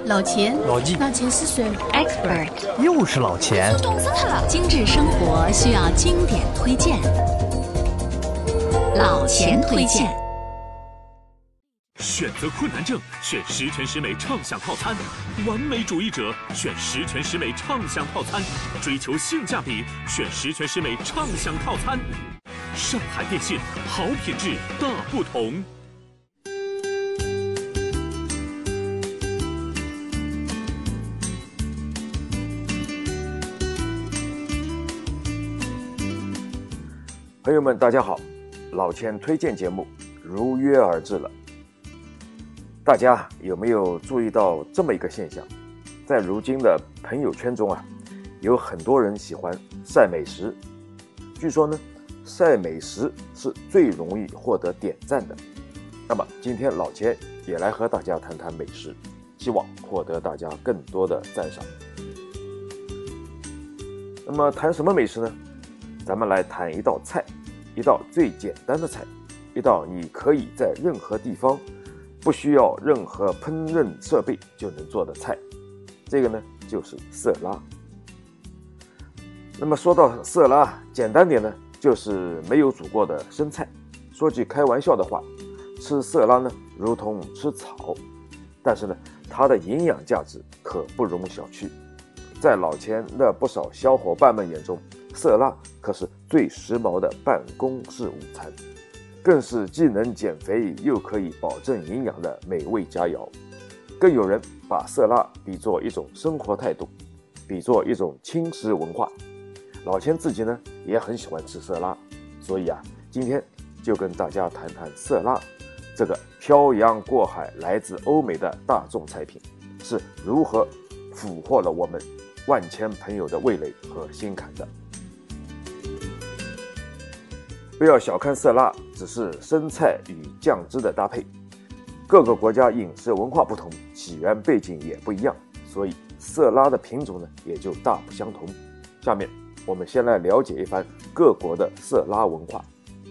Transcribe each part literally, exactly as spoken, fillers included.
老钱， 老纪， 老钱是谁 ？Expert， 又是老钱。 我懂死他了。 精致生活需要经典推荐，老钱推荐。 选择困难症，选十全十美畅享套餐；完美主义者选十全十美畅享套餐；追求性价比，选十全十美畅享套餐。上海电信，好品质大不同。 朋友们，大家好，老钱推荐节目如约而至了。大家有没有注意到这么一个现象？在如今的朋友圈中啊，有很多人喜欢晒美食。据说呢，晒美食是最容易获得点赞的。那么今天老钱也来和大家谈谈美食，希望获得大家更多的赞赏。那么谈什么美食呢？咱们来谈一道菜，一道最简单的菜，一道你可以在任何地方不需要任何烹饪设备就能做的菜，这个呢就是色拉。那么说到色拉，简单点呢就是没有煮过的生菜。说句开玩笑的话，吃色拉呢如同吃草，但是呢它的营养价值可不容小觑。在老钱的不少小伙伴们眼中，色拉可是最时髦的办公室午餐，更是既能减肥又可以保证营养的美味佳肴。更有人把色拉比作一种生活态度，比作一种轻食文化。老钱自己呢也很喜欢吃色拉，所以啊，今天就跟大家谈谈色拉这个漂洋过海来自欧美的大众菜品是如何俘获了我们万千朋友的味蕾和心坎的。不要小看色拉，只是生菜与酱汁的搭配。各个国家饮食文化不同，起源背景也不一样，所以色拉的品种呢也就大不相同。下面我们先来了解一番各国的色拉文化。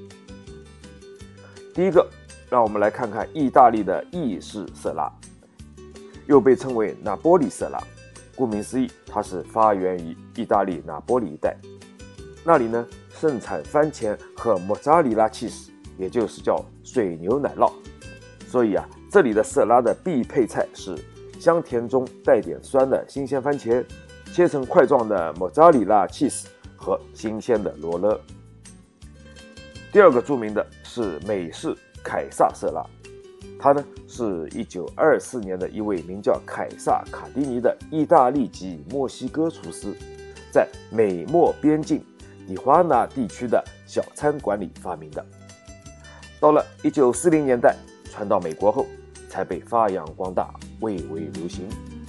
第一个，让我们来看看意大利的意式色拉，又被称为拿波里色拉。顾名思义，它是发源于意大利拿波里一带，那里呢盛产番茄和莫扎里拉起司，也就是叫水牛奶酪。所以啊，这里的色拉的必配菜是香甜中带点酸的新鲜番茄，切成块状的莫扎里拉起司和新鲜的罗勒。第二个著名的是美式凯撒色拉，它呢是一九二四年的一位名叫凯撒卡迪尼的意大利籍墨西哥厨师，在美墨边境蒂华纳地区的小餐馆里发明的。到了一九四零年代传到美国后才被发扬光大，蔚为流行。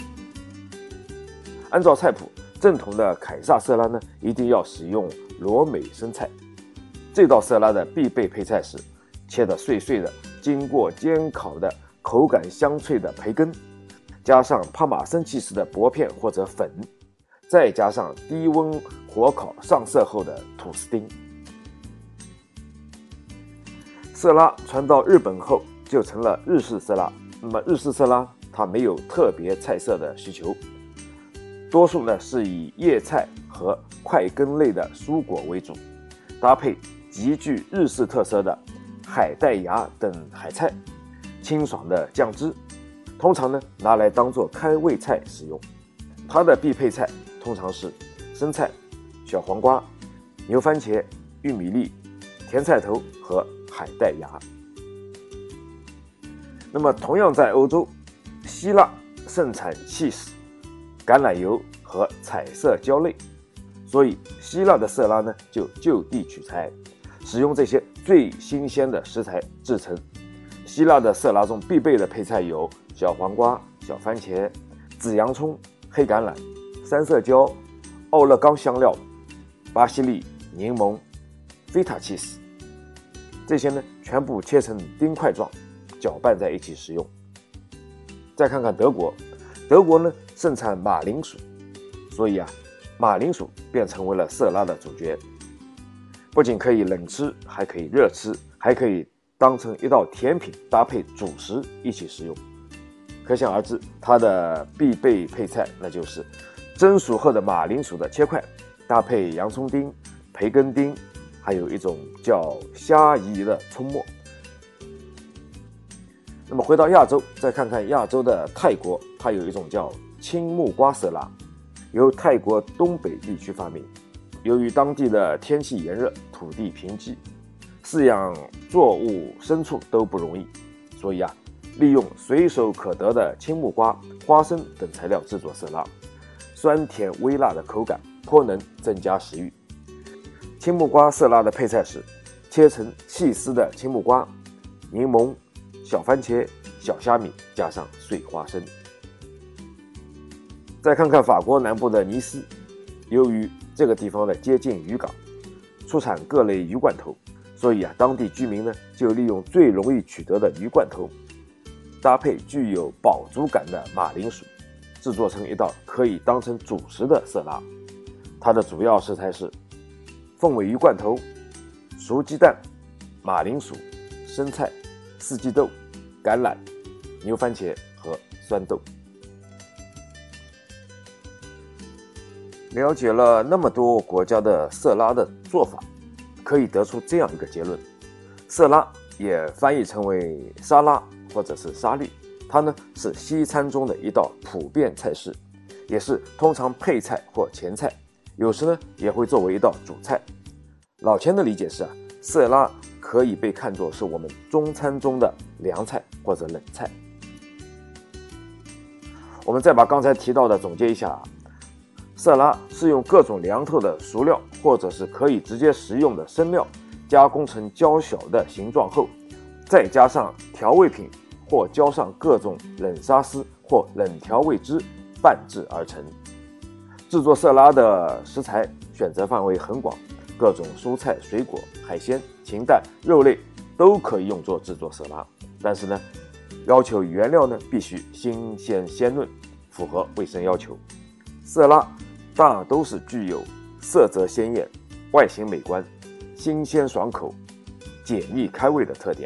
按照菜谱，正统的凯撒色拉呢一定要使用罗美生菜。这道色拉的必备配菜是切得碎碎的经过煎烤的口感香脆的培根，加上帕玛森起司的薄片或者粉，再加上低温火烤上色后的吐司丁。色拉传到日本后就成了日式色拉。那么日式色拉它没有特别菜色的需求，多数呢是以叶菜和块根类的蔬果为主，搭配极具日式特色的海带芽等海菜，清爽的酱汁，通常呢拿来当做开胃菜使用。它的必配菜通常是生菜、小黄瓜、牛番茄、玉米粒、甜菜头和海带芽。那么同样在欧洲，希腊盛产起司、橄榄油和彩色椒类，所以希腊的色拉呢就就地取材，使用这些最新鲜的食材制成。希腊的色拉中必备的配菜有小黄瓜、小番茄、紫洋葱、黑橄榄、三色椒、奥勒冈香料、巴西利、柠檬、菲塔起司，这些呢全部切成丁块状，搅拌在一起食用。再看看德国，德国呢盛产马铃薯，所以啊，马铃薯便成为了色拉的主角。不仅可以冷吃，还可以热吃，还可以当成一道甜品搭配主食一起食用。可可想而知，它的必备配菜那就是蒸熟后的马铃薯的切块，搭配洋葱丁、培根丁，还有一种叫虾夷的葱末。那么回到亚洲，再看看亚洲的泰国，它有一种叫青木瓜色拉，由泰国东北地区发明。由于当地的天气炎热，土地贫瘠，饲养作物牲畜都不容易，所以啊，利用随手可得的青木瓜、花生等材料制作色拉，酸甜微辣的口感颇能增加食欲。青木瓜色拉的配菜是切成细丝的青木瓜、柠檬、小番茄、小虾米，加上碎花生。再看看法国南部的尼斯，由于这个地方的接近渔港，出产各类鱼罐头，所以啊，当地居民呢就利用最容易取得的鱼罐头，搭配具有饱足感的马铃薯，制作成一道可以当成主食的色拉。它的主要食材是凤尾鱼罐头、熟鸡蛋、马铃薯、生菜、四季豆、橄榄、牛番茄和酸豆。了解了那么多国家的色拉的做法，可以得出这样一个结论：色拉也翻译成为沙拉或者是沙律，它呢是西餐中的一道普遍菜式，也是通常配菜或前菜，有时呢也会作为一道主菜。老钱的理解是啊，色拉可以被看作是我们中餐中的凉菜或者冷菜。我们再把刚才提到的总结一下，色拉是用各种凉透的熟料或者是可以直接食用的生料加工成较小的形状后，再加上调味品或浇上各种冷沙司或冷调味汁拌制而成。制作色拉的食材选择范围很广，各种蔬菜、水果、海鲜、禽蛋、肉类都可以用作制作色拉，但是呢，要求原料呢必须新鲜鲜嫩，符合卫生要求。色拉大都是具有色泽鲜艳、外形美观、新鲜爽口、解腻开胃的特点。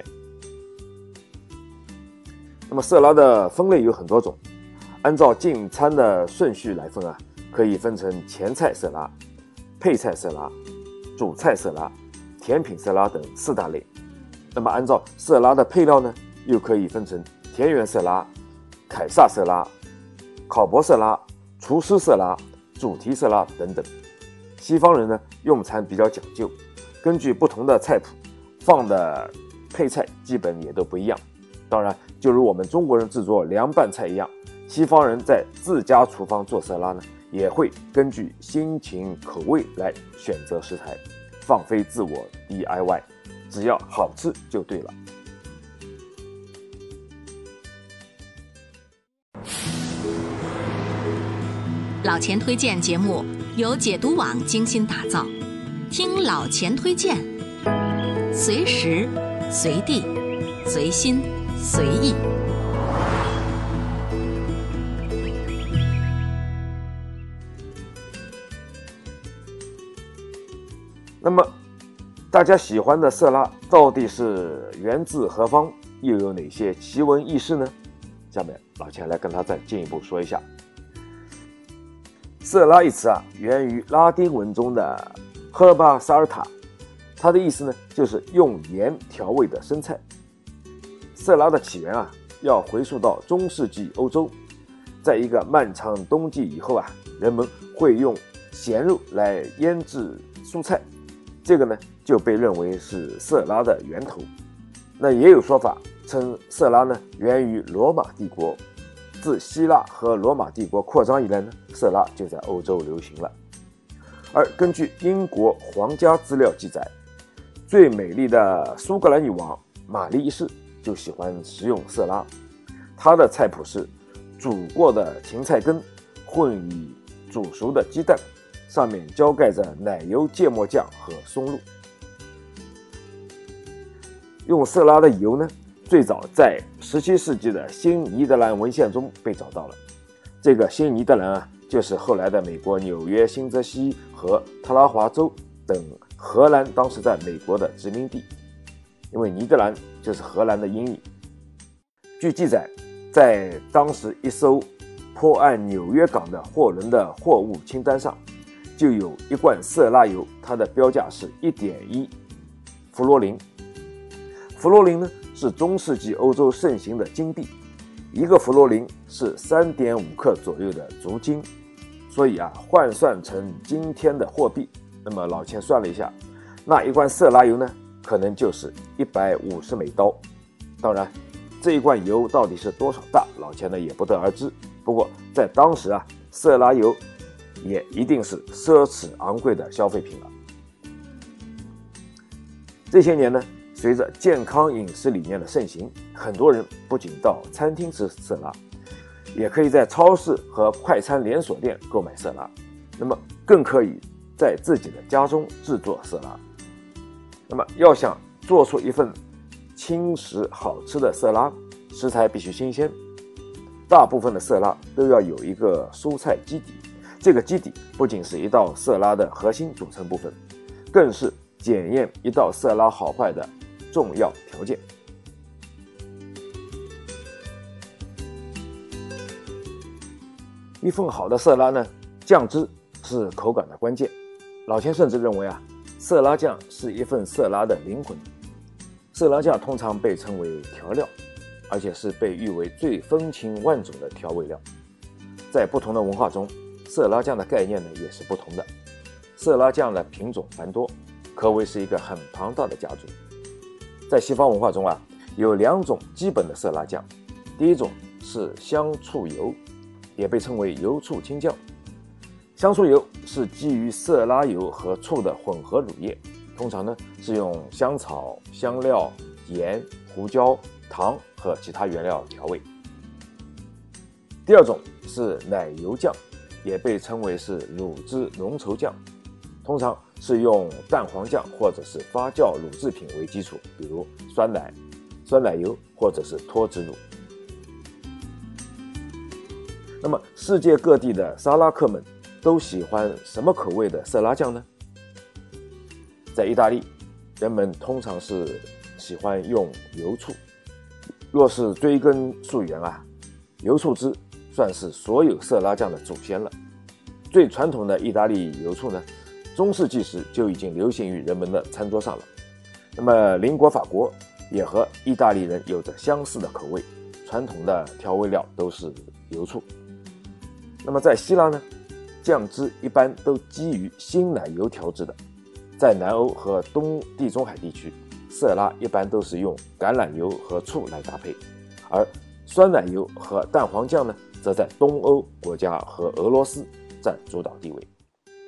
那么色拉的分类有很多种，按照进餐的顺序来分啊，可以分成前菜色拉、配菜色拉、主菜色拉、甜品色拉等四大类。那么按照色拉的配料呢，又可以分成田园色拉、凯撒色拉、考博色拉、厨师色拉、主题色拉等等。西方人呢用餐比较讲究，根据不同的菜谱放的配菜基本也都不一样。当然，就如我们中国人制作凉拌菜一样，西方人在自家厨房做色拉呢，也会根据心情口味来选择食材，放飞自我 D I Y， 只要好吃就对了。 老钱推荐节目由解读网精心打造，听老钱推荐，随时随地随心随意。 那么大家喜欢的色拉到底是源自何方，又有哪些奇闻异事呢？下面老钱来跟他再进一步说一下。色拉一词啊，源于拉丁文中的 herba salta， 它的意思呢就是用盐调味的生菜。色拉的起源啊，要回溯到中世纪欧洲，在一个漫长冬季以后啊，人们会用咸肉来腌制蔬菜，这个呢就被认为是色拉的源头。那也有说法称色拉呢源于罗马帝国，自希腊和罗马帝国扩张以来呢，色拉就在欧洲流行了。而根据英国皇家资料记载，最美丽的苏格兰女王玛丽一世就喜欢食用色拉，她的菜谱是煮过的芹菜根混以煮熟的鸡蛋，上面浇盖着奶油芥末酱和松露。用色拉的油呢，最早在十七世纪的新尼德兰文献中被找到了。这个新尼德兰啊，就是后来的美国纽约、新泽西和特拉华州等荷兰当时在美国的殖民地，因为尼德兰就是荷兰的音译。据记载， 在当时一艘破岸纽约港的货轮的货物清单上，就有一罐色拉油，它的标价是 一点一 弗罗林。弗罗林呢是中世纪欧洲盛行的金币，一个弗罗林是 三点五 克左右的足金，所以啊，换算成今天的货币，那么老钱算了一下，那一罐色拉油呢，可能就是一百五十美刀。当然，这一罐油到底是多少大，老钱呢也不得而知。不过在当时啊，色拉油也一定是奢侈昂贵的消费品了。这些年呢，随着健康饮食理念的盛行，很多人不仅到餐厅吃色拉，也可以在超市和快餐连锁店购买色拉，那么更可以在自己的家中制作色拉。那么要想做出一份轻食好吃的色拉，食材必须新鲜，大部分的色拉都要有一个蔬菜基底，这个基底不仅是一道色拉的核心组成部分，更是检验一道色拉好坏的重要条件。一份好的色拉呢，酱汁是口感的关键。老钱甚至认为啊，色拉酱是一份色拉的灵魂。色拉酱通常被称为调料，而且是被誉为最风情万种的调味料。在不同的文化中，色拉酱的概念呢也是不同的。色拉酱的品种繁多，可谓是一个很庞大的家族。在西方文化中啊，有两种基本的色拉酱，第一种是香醋油，也被称为油醋青酱。香醋油是基于色拉油和醋的混合乳液，通常呢是用香草、香料、盐、胡椒、糖和其他原料调味。第二种是奶油酱，也被称为是乳汁浓稠酱，通常是用蛋黄酱或者是发酵乳制品为基础，比如酸奶、酸奶油或者是脱脂乳。那么世界各地的沙拉客们都喜欢什么口味的色拉酱呢？在意大利，人们通常是喜欢用油醋。若是追根溯源啊，油醋汁算是所有色拉酱的祖先了。最传统的意大利油醋呢，中世纪时就已经流行于人们的餐桌上了。那么邻国法国也和意大利人有着相似的口味，传统的调味料都是油醋。那么在希腊呢，酱汁一般都基于鲜奶油调制的。在南欧和东地中海地区，色拉一般都是用橄榄油和醋来搭配，而酸奶油和蛋黄酱呢，则在东欧国家和俄罗斯占主导地位。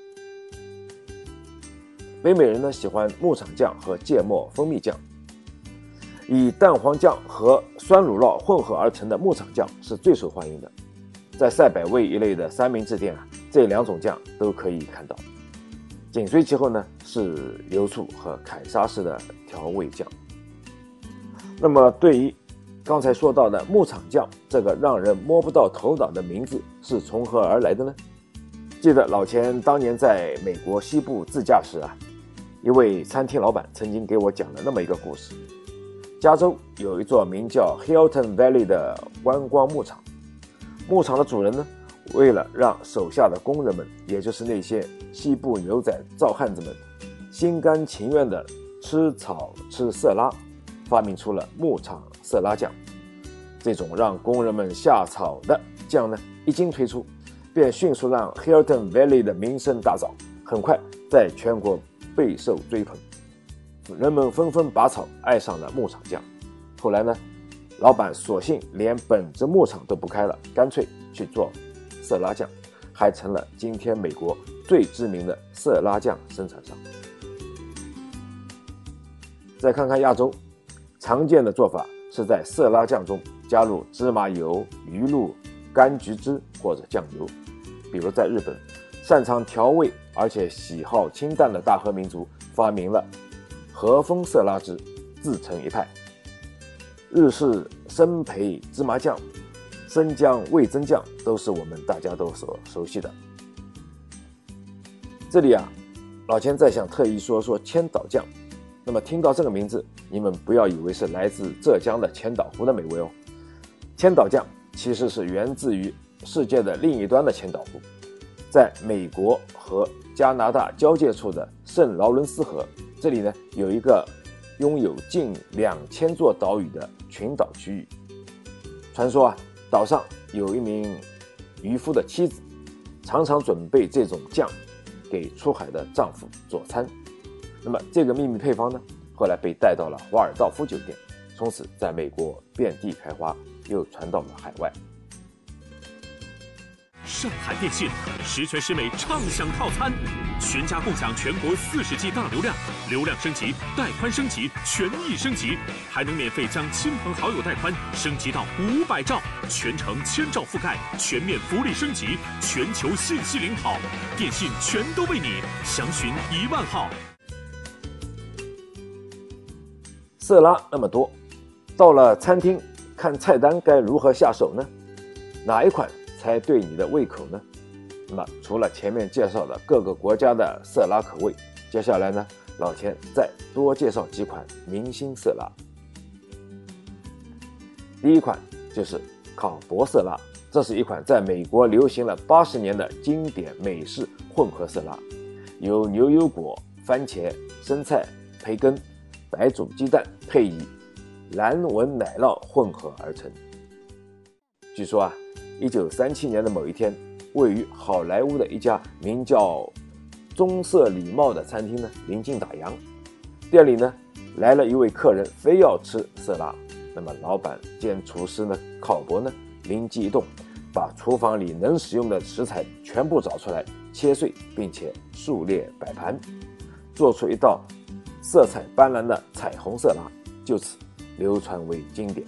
北美人呢喜欢牧场酱和芥末蜂蜜酱，以蛋黄酱和酸乳酪混合而成的牧场酱是最受欢迎的。在赛百味一类的三明治店啊，这两种酱都可以看到。紧随其后呢是油醋和凯撒式的调味酱。那么对于刚才说到的牧场酱这个让人摸不到头脑的名字是从何而来的呢？记得老钱当年在美国西部自驾时啊，一位餐厅老板曾经给我讲了那么一个故事。加州有一座名叫 Hilton Valley 的观光牧场，牧场的主人呢，为了让手下的工人们，也就是那些西部牛仔糙汉子们心甘情愿地吃草吃色拉，发明出了牧场色拉酱。这种让工人们下草的酱呢，一经推出，便迅速让 Hilton Valley 的名声大噪，很快在全国备受追捧，人们纷纷拔草爱上了牧场酱。后来呢，老板索性连本职牧场都不开了，干脆去做色拉酱，还成了今天美国最知名的色拉酱生产商。再看看亚洲，常见的做法是在色拉酱中加入芝麻油、鱼露、柑橘汁或者酱油。比如在日本，擅长调味而且喜好清淡的大和民族发明了和风色拉汁，自成一派。日式生培芝麻酱、生姜味增酱都是我们大家都所熟悉的。这里啊，老钱再想特意说说千岛酱。那么听到这个名字，你们不要以为是来自浙江的千岛湖的美味哦。千岛酱其实是源自于世界的另一端的千岛湖，在美国和加拿大交界处的圣劳伦斯河，这里呢有一个拥有近两千座岛屿的群岛区域。传说啊，岛上有一名渔夫的妻子，常常准备这种酱给出海的丈夫佐餐。那么这个秘密配方呢，后来被带到了华尔道夫酒店，从此在美国遍地开花，又传到了海外。 上海电信十全十美畅享套餐，全家共享全国四十 G 大流量，流量升级、带宽升级、权益升级，还能免费将亲朋好友带宽升级到五百兆，全程千兆覆盖，全面福利升级，全球信息领跑，电信全都为你，详询一万号。 色拉那么多，到了餐厅看菜单该如何下手呢？哪一款才对你的胃口呢？那么除了前面介绍的各个国家的色拉口味，接下来呢，老钱再多介绍几款明星色拉。第一款就是考博色拉，这是一款在美国流行了八十年的经典美式混合色拉，由牛油果、番茄、生菜、培根、白煮鸡蛋配以蓝纹奶酪混合而成。据说啊，一九三七年的某一天，位于好莱坞的一家名叫棕色礼帽的餐厅呢，临近打烊，店里呢来了一位客人，非要吃色拉。那么老板兼厨师呢考博呢灵机一动，把厨房里能使用的食材全部找出来，切碎并且数列摆盘，做出一道色彩斑斓的彩虹色拉，就此流传为经典。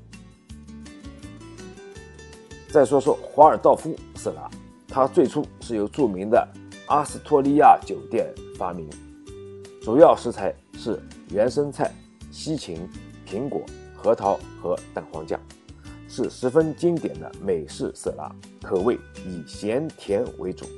再说说华尔道夫色拉，它最初是由著名的阿斯托利亚酒店发明，主要食材是原生菜、西芹、苹果、核桃和蛋黄酱，是十分经典的美式色拉，口味以咸甜为主。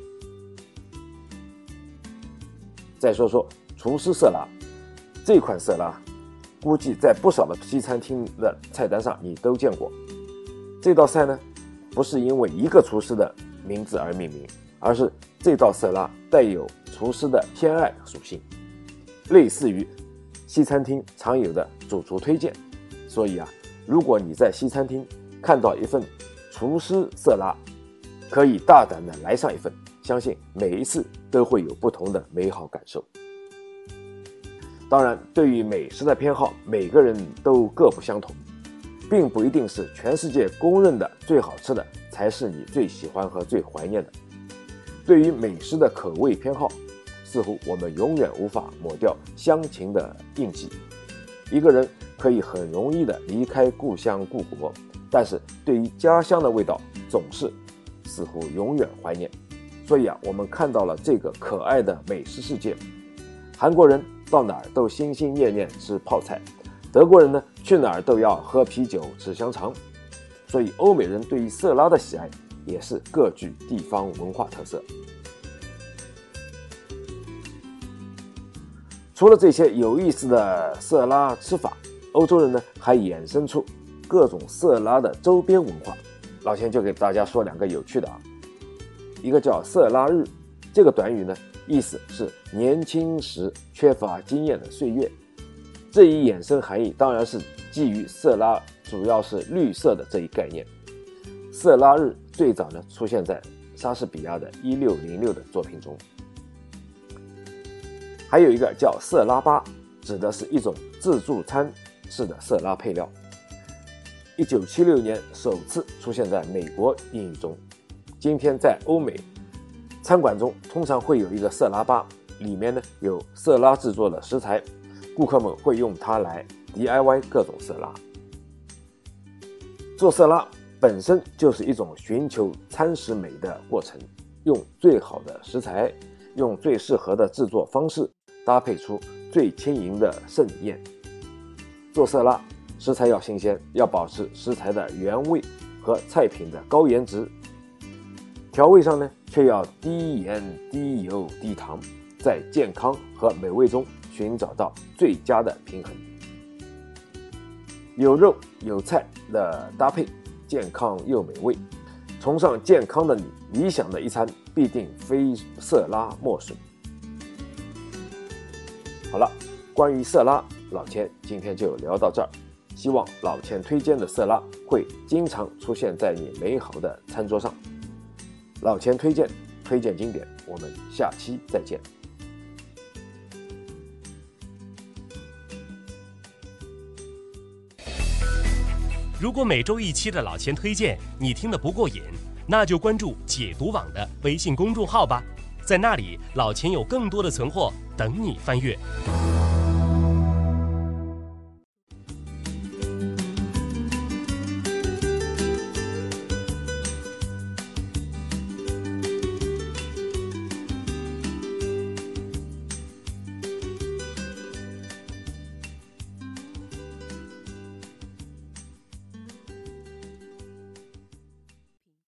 再说说厨师色拉，这款色拉估计在不少的西餐厅的菜单上你都见过。这道菜呢，不是因为一个厨师的名字而命名，而是这道色拉带有厨师的偏爱属性，类似于西餐厅常有的主厨推荐。所以啊，如果你在西餐厅看到一份厨师色拉，可以大胆的来上一份，相信每一次都会有不同的美好感受。当然，对于美食的偏好，每个人都各不相同，并不一定是全世界公认的最好吃的才是你最喜欢和最怀念的。对于美食的口味偏好，似乎我们永远无法抹掉乡情的印记。一个人可以很容易的离开故乡故国，但是对于家乡的味道总是似乎永远怀念。所以啊，我们看到了这个可爱的美食世界。韩国人到哪儿都心心念念吃泡菜，德国人呢去哪儿都要喝啤酒吃香肠，所以欧美人对于色拉的喜爱也是各具地方文化特色。除了这些有意思的色拉吃法，欧洲人呢还衍生出各种色拉的周边文化。老钱就给大家说两个有趣的啊，一个叫色拉日，这个短语呢意思是年轻时缺乏经验的岁月。这一衍生含义当然是基于色拉主要是绿色的这一概念。色拉日最早呢出现在莎士比亚的一六零六的作品中。还有一个叫色拉吧，指的是一种自助餐式的色拉配料。一九七六年首次出现在美国英语中。今天在欧美餐馆中通常会有一个色拉吧，里面呢有色拉制作的食材，顾客们会用它来 D I Y 各种色拉。做色拉本身就是一种寻求餐食美的过程，用最好的食材，用最适合的制作方式，搭配出最轻盈的盛宴。做色拉，食材要新鲜，要保持食材的原味和菜品的高颜值，调味上呢却要低盐、低油、低糖，在健康和美味中寻找到最佳的平衡。有肉有菜的搭配， 健康又美味。崇尚健康的你，理想的一餐必定非色拉莫属。好了，关于色拉，老钱今天就聊到这儿。希望老钱推荐的色拉会经常出现在你美好的餐桌上。老钱推荐，推荐经典，我们下期再见。 如果每周一期的老钱推荐你听得不过瘾，那就关注解读网的微信公众号吧，在那里老钱有更多的存货等你翻阅。